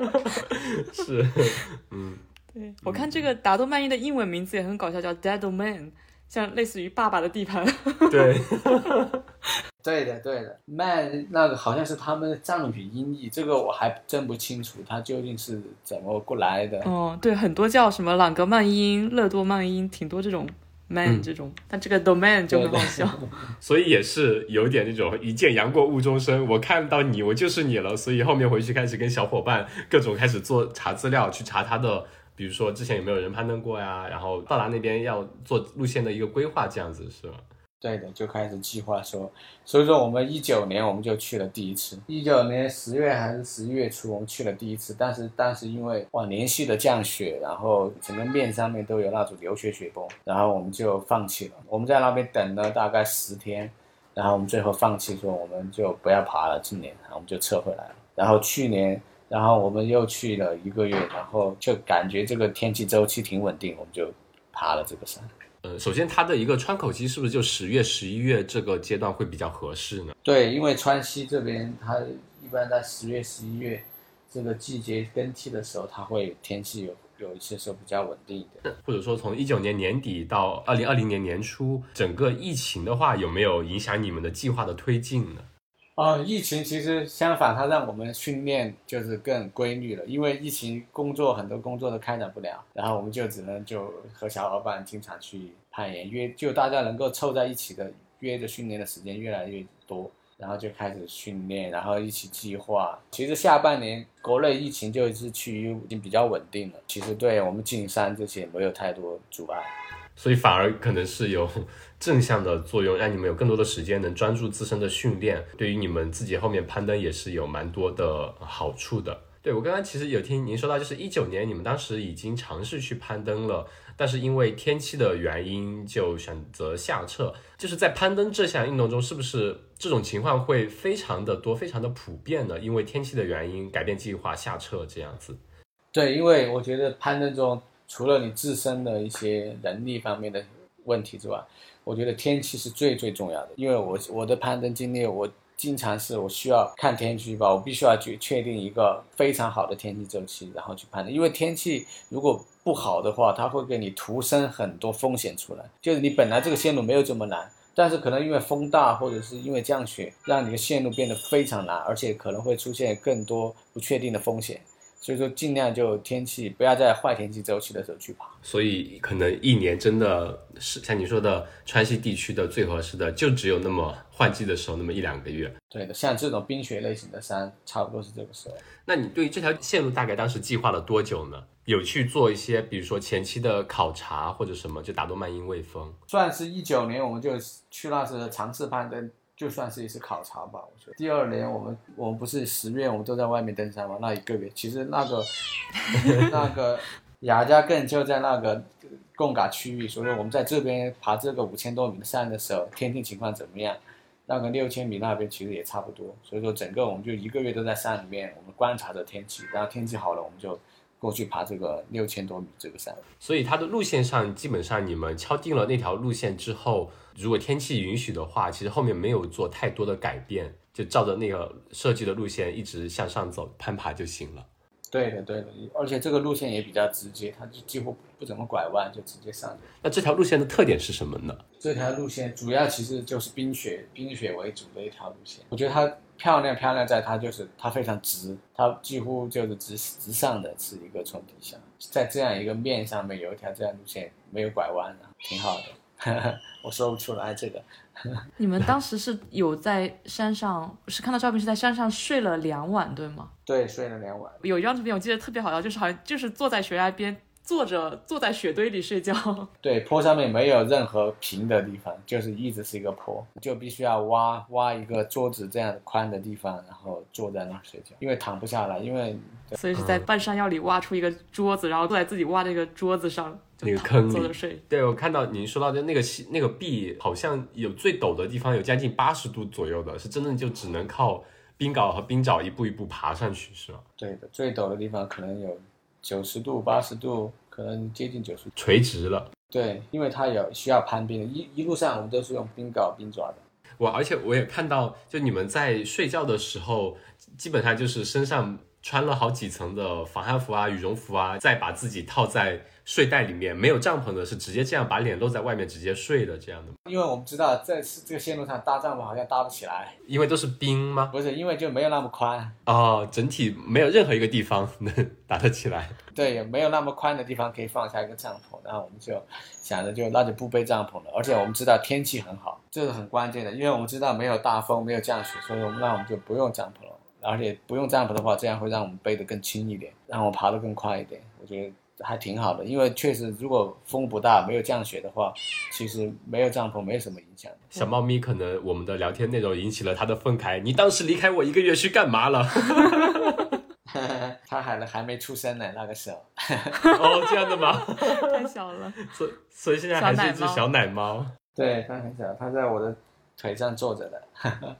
是， 对，我看这个达多曼因的英文名字也很搞笑，叫 Dead Man， 像类似于爸爸的地盘。 对， 对的，曼那个好像是他们的藏语音译，这个我还真不清楚，它究竟是怎么过来的。 对，很多叫什么朗格曼音、勒多曼音，挺多这种 man 这种，但这个 domain 就很好笑。 所以也是有点那种一见杨过误终身，我看到你我就是你了，所以后面回去开始跟小伙伴各种开始查资料，去查他的比如说之前有没有人攀登过呀，然后到达那边要做路线的一个规划，这样子是吧？ 对的，就开始计划说，所以说我们19年我们就去了第一次，19年10月还是11月初我们去了第一次，但是当时因为连续的降雪，然后整个面上面都有那种流雪雪崩，然后我们就放弃了。我们在那边等了大概10天，然后我们最后放弃说我们就不要爬了，今年然后我们就撤回来了。然后去年，然后我们又去了1个月，然后就感觉这个天气周期挺稳定，我们就爬了这个山。 首先它的一个穿口期是不是就10月、11月这个阶段会比较合适呢？ 对，因为川西这边它一般在10月、11月这个季节更替的时候，它会天气有一些时候比较稳定一点。 或者说从19年年底到2020年年初，整个疫情的话有没有影响你们的计划的推进呢？ 疫情其实相反，它让我们训练就是更规律了，因为疫情很多工作都开展不了，然后我们就只能就和小伙伴经常去攀岩，就大家能够凑在一起的约着训练的时间越来越多，然后就开始训练，然后一起计划。其实下半年国内疫情就是趋于已经比较稳定了，其实对我们进山这些没有太多阻碍。 所以反而可能是有正向的作用，让你们有更多的时间能专注自身的训练，对于你们自己后面攀登也是有蛮多的好处的。对，我刚刚其实有听您说到，就是19年你们当时已经尝试去攀登了，但是因为天气的原因就选择下撤。就是在攀登这项运动中，是不是这种情况会非常的多、非常的普遍呢？因为天气的原因改变计划下撤这样子。 对，因为我觉得攀登中除了你自身的一些能力方面的问题之外，我觉得天气是最重要的。因为我的攀登经历，我经常是我需要看天气预报，我必须要去确定一个非常好的天气周期，然后去攀登。因为天气如果不好的话，它会给你徒生很多风险出来。就是你本来这个线路没有这么难，但是可能因为风大或者是因为降雪，让你的线路变得非常难，而且可能会出现更多不确定的风险。所以说尽量就天气不要在坏天气周期的时候去爬。 所以可能一年真的是像你说的川西地区的最合适的就只有那么换季的时候那么1-2个月。 对的，像这种冰雪类型的山差不多是这个时候。 那你对于这条线路大概当时计划了多久呢？有去做一些比如说前期的考察或者什么，就达多曼因卫峰算是19年我们就去那次尝试攀登，就算是一次考察吧。我觉得第2年我们不是10月我们都在外面登山吗？那1个月其实那个雅加更就在那个贡嘎区域，所以说我们在这边爬这个5000多米的山的时候，天气情况怎么样？那个6000米那边其实也差不多，所以说整个我们就1个月都在山里面，我们观察着天气，然后天气好了我们就过去爬这个6000多米这个山。 所以它的路线上基本上你们敲定了那条路线之后，如果天气允许的话，其实后面没有做太多的改变，就照着那个设计的路线一直向上走攀爬就行了。 对的，而且这个路线也比较直接，它就几乎不怎么拐弯，就直接上。 那这条路线的特点是什么呢？ 这条路线主要其实就是冰雪为主的一条路线。我觉得它漂亮在它就是它非常直，它几乎就是直上的是一个冲底下，在这样一个面上面有一条这样路线，没有拐弯的，挺好的。我说不出来这个。 你们当时是有在山上，是看到照片是在山上睡了2晚，对吗？ 对，睡了2晚。 有一张图片我记得特别好笑，就是好像就是坐在悬崖边，坐在雪堆里睡觉。 对，坡上面没有任何平的地方，就是一直是一个坡，就必须要挖一个桌子这样宽的地方，然后坐在那儿睡觉，因为躺不下来， 所以是在半山腰里挖出一个桌子，然后坐在自己挖那个桌子上， 那个坑里坐着睡。 对，我看到您说到的那个壁，好像有最陡的地方有将近80度左右的，是真的就只能靠冰镐和冰爪一步一步爬上去，是吗？ 对的，最陡的地方可能有90度、80度，可能接近90度， 垂直了。 对，因为它有需要攀冰的，一路上我们都是用冰镐、冰爪的。 而且我也看到，就你们在睡觉的时候，基本上就是身上穿了好几层的防寒服啊、羽绒服啊，再把自己套在睡袋里面。没有帐篷的是直接这样把脸露在外面直接睡的这样的。 因为我们知道这个线路上搭帐篷好像搭不起来， 因为都是冰吗？ 不是，因为就没有那么宽。 哦，整体没有任何一个地方能搭得起来。 对，没有那么宽的地方可以放下一个帐篷，然后我们就想着那就不背帐篷了。而且我们知道天气很好，这是很关键的，因为我们知道没有大风，没有降雪，所以我们就不用帐篷了。而且不用帐篷的话，这样会让我们背得更轻一点，让我爬得更快一点。我觉得还挺好的，因为确实如果风不大，没有降雪的话，其实没有帐篷没什么影响。 小猫咪可能我们的聊天内容引起了他的愤慨，你当时离开我1个月去干嘛了？ 他还没出生呢，那个时候。 哦，这样的吗？ 太小了。 所以现在还是一只小奶猫。 对，他很小，他在我的腿上坐着的。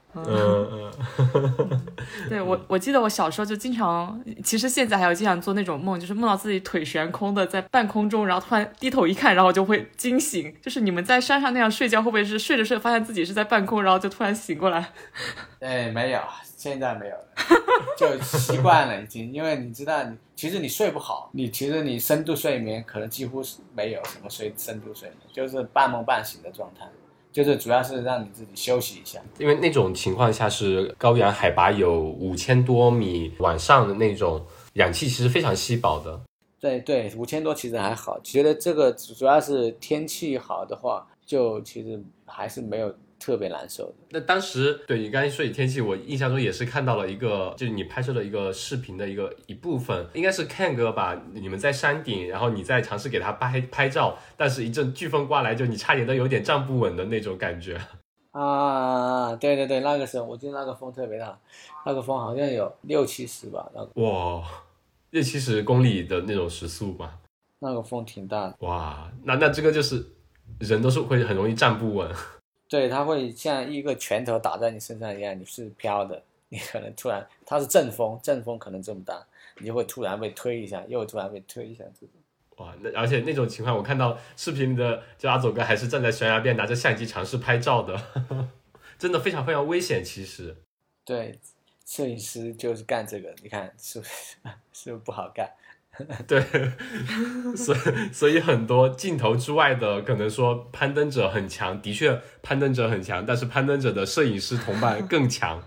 对，我记得我小时候就经常，其实现在还有经常做那种梦，就是梦到自己腿悬空的在半空中，然后突然低头一看，然后就会惊醒。就是你们在山上那样睡觉，会不会是睡着睡着发现自己是在半空，然后就突然醒过来？ 没有，现在没有了，就习惯了已经。因为你知道其实你睡不好，其实你深度睡眠可能几乎是没有什么深度睡眠，就是半梦半醒的状态。就是主要是让你自己休息一下， 因为那种情况下是高原海拔有5000多米，晚上的那种氧气其实非常稀薄的。 对，5000多其实还好，觉得这个主要是天气好的话，就其实还是没有特别难受的。 那当时对你刚才说起天气，我印象中也是看到了一个，就是你拍摄的一个视频的一部分，应该是 Ken 哥吧，你们在山顶，然后你在尝试给他拍照，但是一阵飓风刮来，就你差点都有点站不稳的那种感觉。 啊，对，那个时候我记得那个风特别大，那个风好像有60-70吧， 哇，60-70公里的那种时速嘛， 那个风挺大的。 哇，那这个就是人都是会很容易站不稳。 对，它会像一个拳头打在你身上一样，你是飘的，你可能突然它是阵风可能这么大，你就会突然被推一下，又突然被推一下这种。 哇，而且那种情况，我看到视频里的就阿走哥还是站在悬崖边拿着相机尝试拍照的，真的非常非常危险。其实， 对，摄影师就是干这个，你看是不是不好干？ 对，所以很多镜头之外的，可能说攀登者很强，的确攀登者很强，但是攀登者的摄影师同伴更强。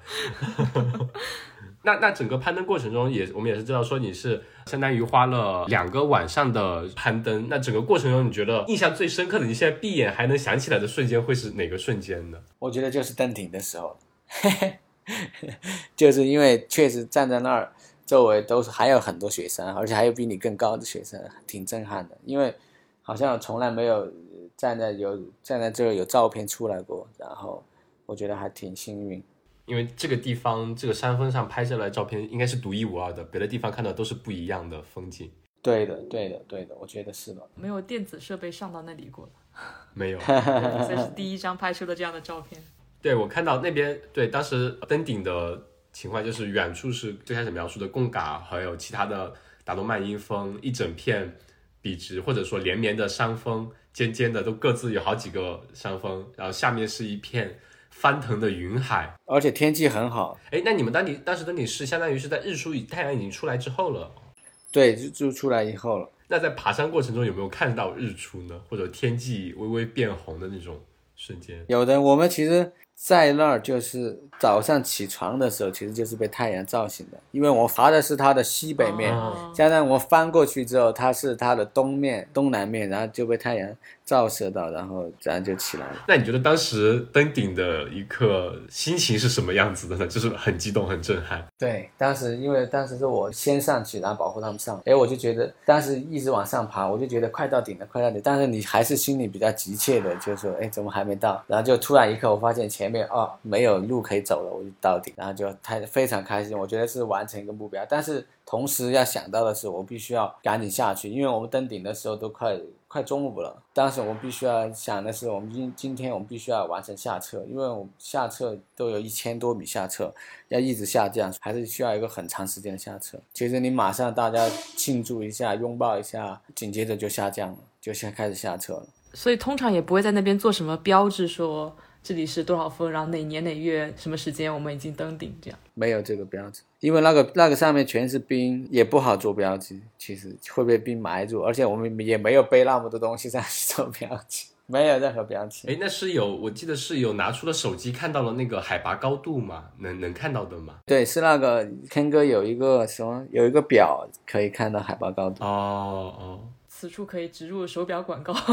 那整个攀登过程中我们也是知道说你是相当于花了2个晚上的攀登，那整个过程中你觉得印象最深刻的，你现在闭眼还能想起来的瞬间会是哪个瞬间呢？ 我觉得就是登顶的时候，就是因为确实站在那儿，周围还有很多雪山，而且还有比你更高的雪山，挺震撼的。因为好像从来没有站在这儿有照片出来过，然后我觉得还挺幸运。 因为这个地方这个山峰上拍下来的照片应该是独一无二的，别的地方看到都是不一样的风景。 对的，我觉得是的。 没有电子设备上到那里过， 没有， 这是第一张拍出的这样的照片。 对，我看到那边，对，当时登顶的情况就是远处是最开始描述的贡嘎，还有其他的达罗曼因峰，一整片笔直或者说连绵的山峰，尖尖的都各自有好几个山峰，然后下面是一片翻腾的云海， 而且天气很好。 那你们当时登顶是相当于是在日出太阳已经出来之后了？ 对，就出来以后了。 那在爬山过程中有没有看到日出呢？或者天际微微变红的那种瞬间？ 有的，我们其实在那儿就是早上起床的时候，其实就是被太阳照醒的，因为我爬的是它的西北面，加上我翻过去之后，它是它的东南面，然后就被太阳照射到，然后就起来了。 那你觉得当时登顶的一刻心情是什么样子的呢？就是很激动很震撼。 对，因为当时是我先上去，然后保护他们上，我就觉得当时一直往上爬，我就觉得快到顶了，但是你还是心里比较急切的，就说怎么还没到，然后就突然一刻我发现前面没有路可以走了，我就到顶，然后就非常开心，我觉得是完成一个目标。但是同时要想到的是，我必须要赶紧下去，因为我们登顶的时候都快中午了。当时我必须要想的是，我们今天我们必须要完成下撤，因为我们下撤都有1000多米下撤，要一直下降，还是需要一个很长时间的下撤。其实你马上大家庆祝一下，拥抱一下，紧接着就下降了，就先开始下撤了。 所以通常也不会在那边做什么标志说这里是多少分，然后哪年哪月什么时间我们已经登顶这样。 没有这个标志，因为那个上面全是冰，也不好做标记，其实会被冰埋住，而且我们也没有背那么多东西上去做标记，没有任何标记。 哎，那是有，我记得是有拿出了手机看到了那个海拔高度吗？能看到的吗？ 对，是那个 Ken 哥有一个什么，有一个表可以看到海拔高度。 哦， 此处可以植入手表广告。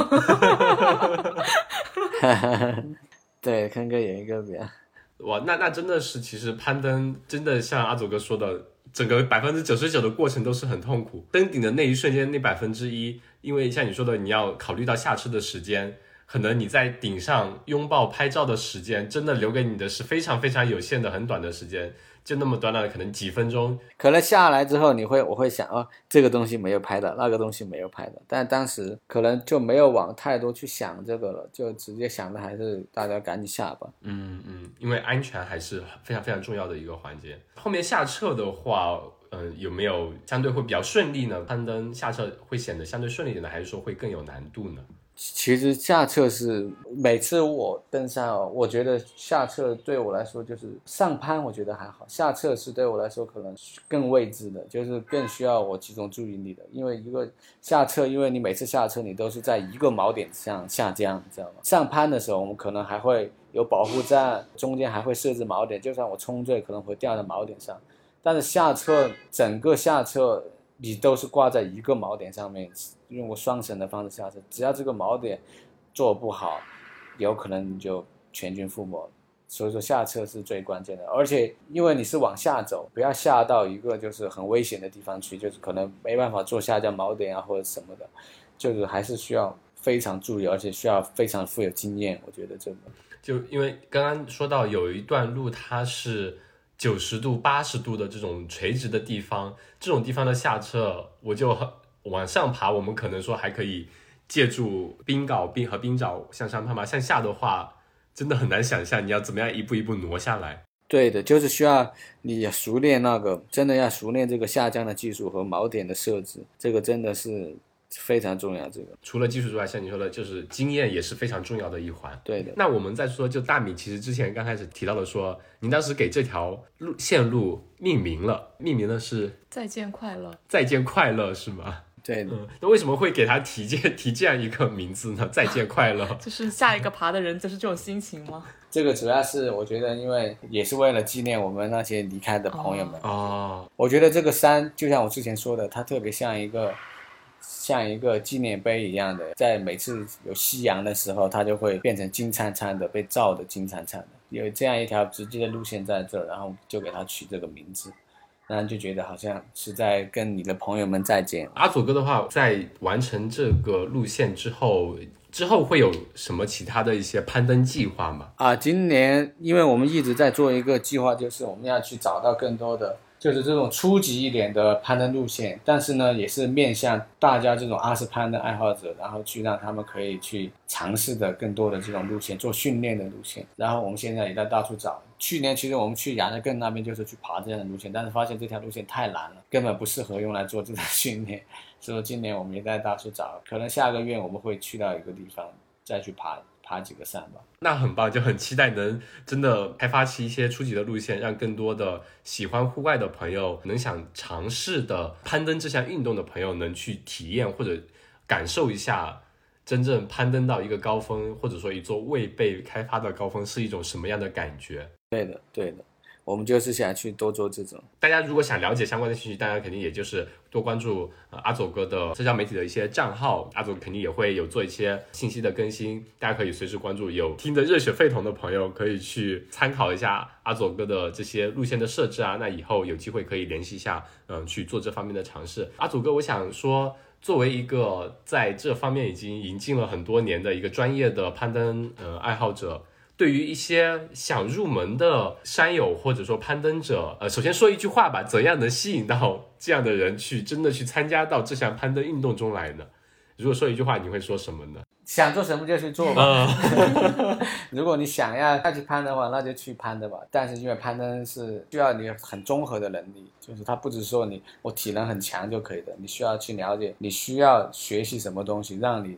对，Ken 哥有一个表。 哇，那真的是，其实攀登真的像阿佐哥说的，整个99%的过程都是很痛苦。登顶的那一瞬间，那1%，因为像你说的，你要考虑到下车的时间，可能你在顶上拥抱拍照的时间，真的留给你的是非常非常有限的、很短的时间，就那么短短的可能几分钟。 可能下来之后我会想这个东西没有拍到，那个东西没有拍到，但当时可能就没有往太多去想这个了，就直接想的还是大家赶紧下吧。 因为安全还是非常非常重要的一个环节。后面下撤的话，有没有相对会比较顺利呢？攀登下撤会显得相对顺利一点呢，还是说会更有难度呢？ 其实下撤是每次我登山我觉得下撤对我来说就是上攀我觉得还好，下撤是对我来说可能更未知的，就是更需要我集中注意力的。因为一个下撤，因为你每次下撤你都是在一个锚点上下降，你知道吗？上攀的时候我们可能还会有保护站，中间还会设置锚点，就算我冲坠可能会掉在锚点上，但是下撤整个下撤你都是挂在一个锚点上面，用过双绳的方式下撤，只要这个锚点做不好，有可能你就全军覆没。所以说下撤是最关键的，而且因为你是往下走，不要下到一个就是很危险的地方去，就是可能没办法做下降锚点啊或者什么的，就是还是需要非常注意，而且需要非常富有经验。我觉得这个就因为刚刚说到有一段路它是90度、80度的这种垂直的地方，这种地方的下撤，我就往上爬，我们可能说还可以借助冰镐和冰爪向上攀爬，向下的话，真的很难想象你要怎么样一步一步挪下来。 对的，就是需要你熟练真的要熟练这个下降的技术和锚点的设置，这个真的是非常重要。这个除了技术之外，像你说的，就是经验也是非常重要的一环。 对的。 那我们再说，就大米，其实之前刚开始提到的说，您当时给这条线路命名了是再见快乐， 再见快乐是吗？ 对的。 那为什么会给他提这样一个名字呢？再见快乐。 就是下一个爬的人就是这种心情吗？ 这个主要是我觉得，因为也是为了纪念我们那些离开的朋友们。我觉得这个山就像我之前说的，它特别像一个纪念碑一样的，在每次有夕阳的时候，它就会变成金灿灿的，被照得金灿灿的。有这样一条直接的路线在这儿，然后就给它取这个名字，然后就觉得好像是在跟你的朋友们再见。 阿佐哥的话，在完成这个路线之后会有什么其他的一些攀登计划吗？ 今年因为我们一直在做一个计划，就是我们要去找到更多的就是这种初级一点的攀登路线，但是呢也是面向大家这种阿斯攀登爱好者，然后去让他们可以去尝试的更多的这种路线，做训练的路线。然后我们现在也在到处找，去年其实我们去雅勒根那边就是去爬这样的路线，但是发现这条路线太难了，根本不适合用来做这种训练，所以今年我们也在到处找，可能下个月我们会去到一个地方再去爬几个山吧。 那很棒，就很期待能真的开发起一些初级的路线，让更多的喜欢户外的朋友，能想尝试的攀登这项运动的朋友能去体验或者感受一下真正攀登到一个高峰，或者说一座未被开发的高峰是一种什么样的感觉。 对的对的，我们就是想去多做这种。 大家如果想了解相关的信息，大家肯定也就是多关注阿佐哥的社交媒体的一些账号，阿佐肯定也会有做一些信息的更新，大家可以随时关注。有听得热血沸腾的朋友可以去参考一下阿佐哥的这些路线的设置啊，那以后有机会可以联系一下，去做这方面的尝试。阿佐哥，我想说，作为一个在这方面已经引进了很多年的一个专业的攀登爱好者，对于一些想入门的山友或者说攀登者，首先说一句话吧，怎样能吸引到这样的人去真的去参加到这项攀登运动中来呢？如果说一句话，你会说什么呢？ 想做什么就去做吧。如果你想要去攀的话，那就去攀的吧。但是因为攀登是需要你很综合的能力，就是它不只说我体能很强就可以的，你需要去了解，你需要学习什么东西，让你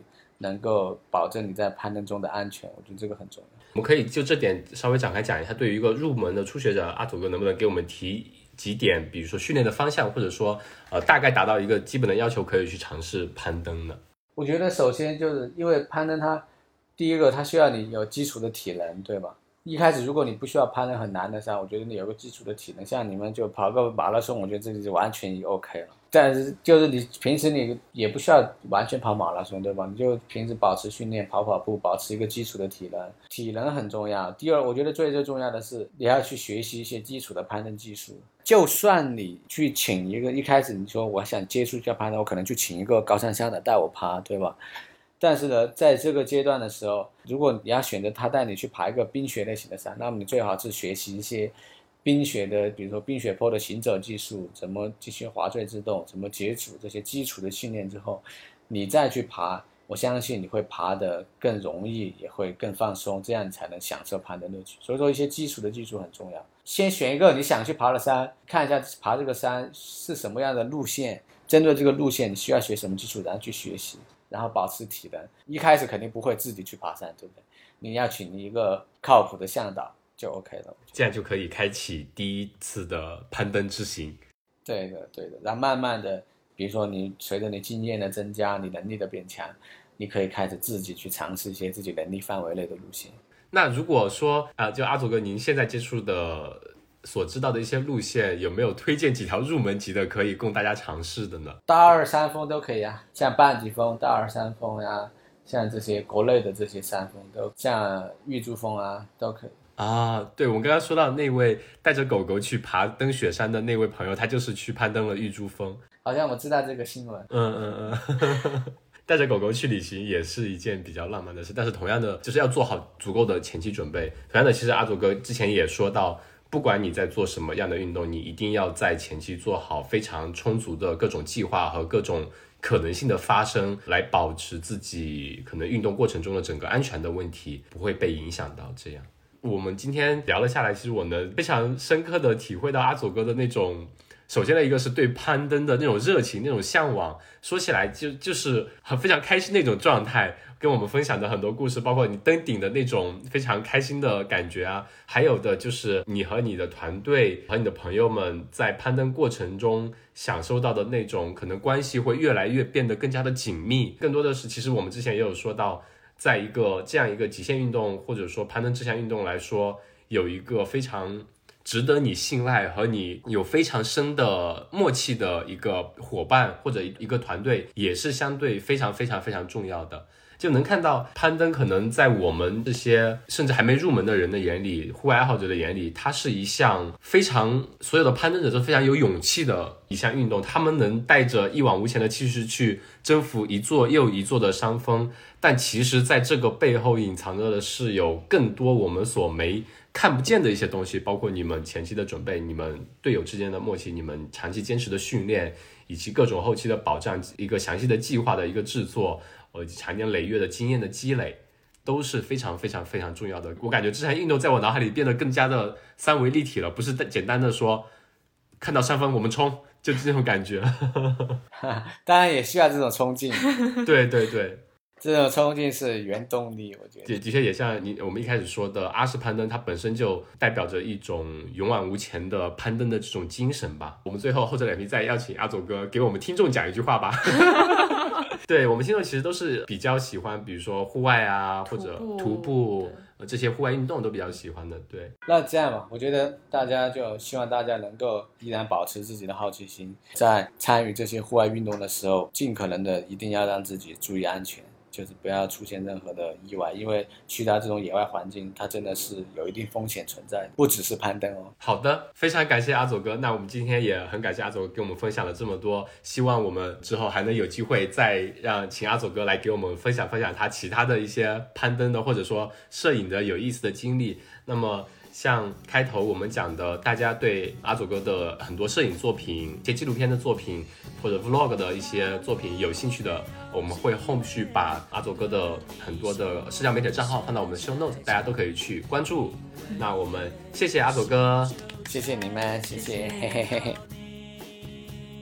能够保证你在攀登中的安全，我觉得这个很重要。 我们可以就这点稍微展开讲一下，对于一个入门的初学者，阿祖哥能不能给我们提几点，比如说训练的方向，或者说大概达到一个基本的要求可以去尝试攀登呢？ 我觉得首先就是因为攀登它第一个它需要你有基础的体能，对吧？一开始如果你不需要攀登很难的山，我觉得你有个基础的体能，像你们就跑个马拉松，我觉得这就完全也 OK 了。但是就是你平时你也不需要完全跑马拉松，对吧？你就平时保持训练，跑步，保持一个基础的体能，体能很重要。第二，我觉得最重要的是你要去学习一些基础的攀登技术。就算你去请一个，一开始你说我想接触一下攀登，我可能去请一个高山向导带我爬，对吧？但是呢，在这个阶段的时候，如果你要选择他带你去爬一个冰雪类型的山，那么你最好是学习一些冰雪的，比如说冰雪坡的行走技术，怎么进行滑坠制动，怎么解阻，这些基础的训练之后，你再去爬，我相信你会爬得更容易，也会更放松，这样你才能享受攀登乐趣。所以说一些基础的技术很重要。先选一个你想去爬的山，看一下爬这个山是什么样的路线，针对这个路线你需要学什么基础，然后去学习，然后保持体能。一开始肯定不会自己去爬山，对不对？你要请一个靠谱的向导就 OK 了， 这样就可以开启第一次的攀登之行。 对的，然后慢慢的，比如说你随着你经验的增加，你能力的变强，你可以开始自己去尝试一些自己能力范围内的路线。 那如果说就阿祖哥您现在接触的所知道的一些路线，有没有推荐几条入门级的可以供大家尝试的呢？ 大二山峰都可以啊，像半级峰、大二山峰呀，像这些国内的这些山峰都，像玉珠峰啊都可以。 对，我们刚刚说到那位带着狗狗去爬登雪山的那位朋友，他就是去攀登了玉珠峰。 好像我知道这个新闻。 带着狗狗去旅行也是一件比较浪漫的事，但是同样的就是要做好足够的前期准备。同样的，其实阿祖哥之前也说到，不管你在做什么样的运动，你一定要在前期做好非常充足的各种计划和各种可能性的发生，来保持自己可能运动过程中的整个安全的问题不会被影响到。这样我们今天聊了下来，其实我能非常深刻的体会到阿祖哥的那种，首先的一个是对攀登的那种热情，那种向往，说起来就是很非常开心那种状态，跟我们分享的很多故事，包括你登顶的那种非常开心的感觉啊，还有的就是你和你的团队和你的朋友们在攀登过程中享受到的那种可能关系会越来越变得更加的紧密。更多的是，其实我们之前也有说到，在一个这样一个极限运动或者说攀登这项运动来说，有一个非常值得你信赖和你有非常深的默契的一个伙伴或者一个团队，也是相对非常非常非常重要的。就能看到攀登可能在我们这些甚至还没入门的人的眼里，户外爱好者的眼里，它是一项非常所有的攀登者都非常有勇气的一项运动，他们能带着一往无前的气势去征服一座又一座的山峰，但其实在这个背后隐藏着的是有更多我们所没看不见的一些东西，包括你们前期的准备，你们队友之间的默契，你们长期坚持的训练，以及各种后期的保障，一个详细的计划的一个制作，以及长年累月的经验的积累，都是非常非常非常重要的。我感觉这项运动在我脑海里变得更加的三维立体了，不是简单的说看到山峰我们冲，就这种感觉。 当然也需要这种冲劲。 对， 这种冲劲是原动力，我觉得的确也像我们一开始说的，阿式攀登它本身就代表着一种勇往无前的攀登的这种精神吧。我们最后厚着脸皮再邀请阿祖哥给我们听众讲一句话吧。对，我们听众其实都是比较喜欢比如说户外啊或者徒步这些户外运动都比较喜欢的。对， 那这样吧，我觉得大家就希望大家能够依然保持自己的好奇心，在参与这些户外运动的时候，尽可能的一定要让自己注意安全，就是不要出现任何的意外，因为去到这种野外环境，它真的是有一定风险存在，不只是攀登哦。 好的，非常感谢阿佐哥。那我们今天也很感谢阿佐哥给我们分享了这么多，希望我们之后还能有机会再请阿佐哥来给我们分享他其他的一些攀登的或者说摄影的有意思的经历。那么像开头我们讲的，大家对阿佐哥的很多摄影作品、一些纪录片的作品或者 vlog 的一些作品有兴趣的，我们会后续把阿佐哥的很多的社交媒体账号放到我们的 show notes， 大家都可以去关注。那我们谢谢阿佐哥， 谢谢你们，谢谢，嘿嘿嘿嘿。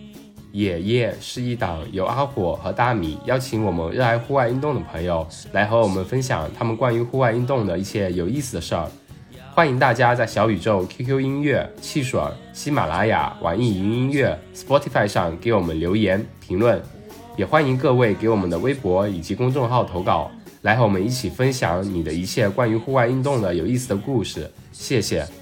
野夜是一档由阿火和大米邀请我们热爱户外运动的朋友来和我们分享他们关于户外运动的一些有意思的事儿。欢迎大家在小宇宙、QQ 音乐、汽水、喜马拉雅、网易云音乐、Spotify 上给我们留言评论，也欢迎各位给我们的微博以及公众号投稿，来和我们一起分享你的一切关于户外运动的有意思的故事。谢谢。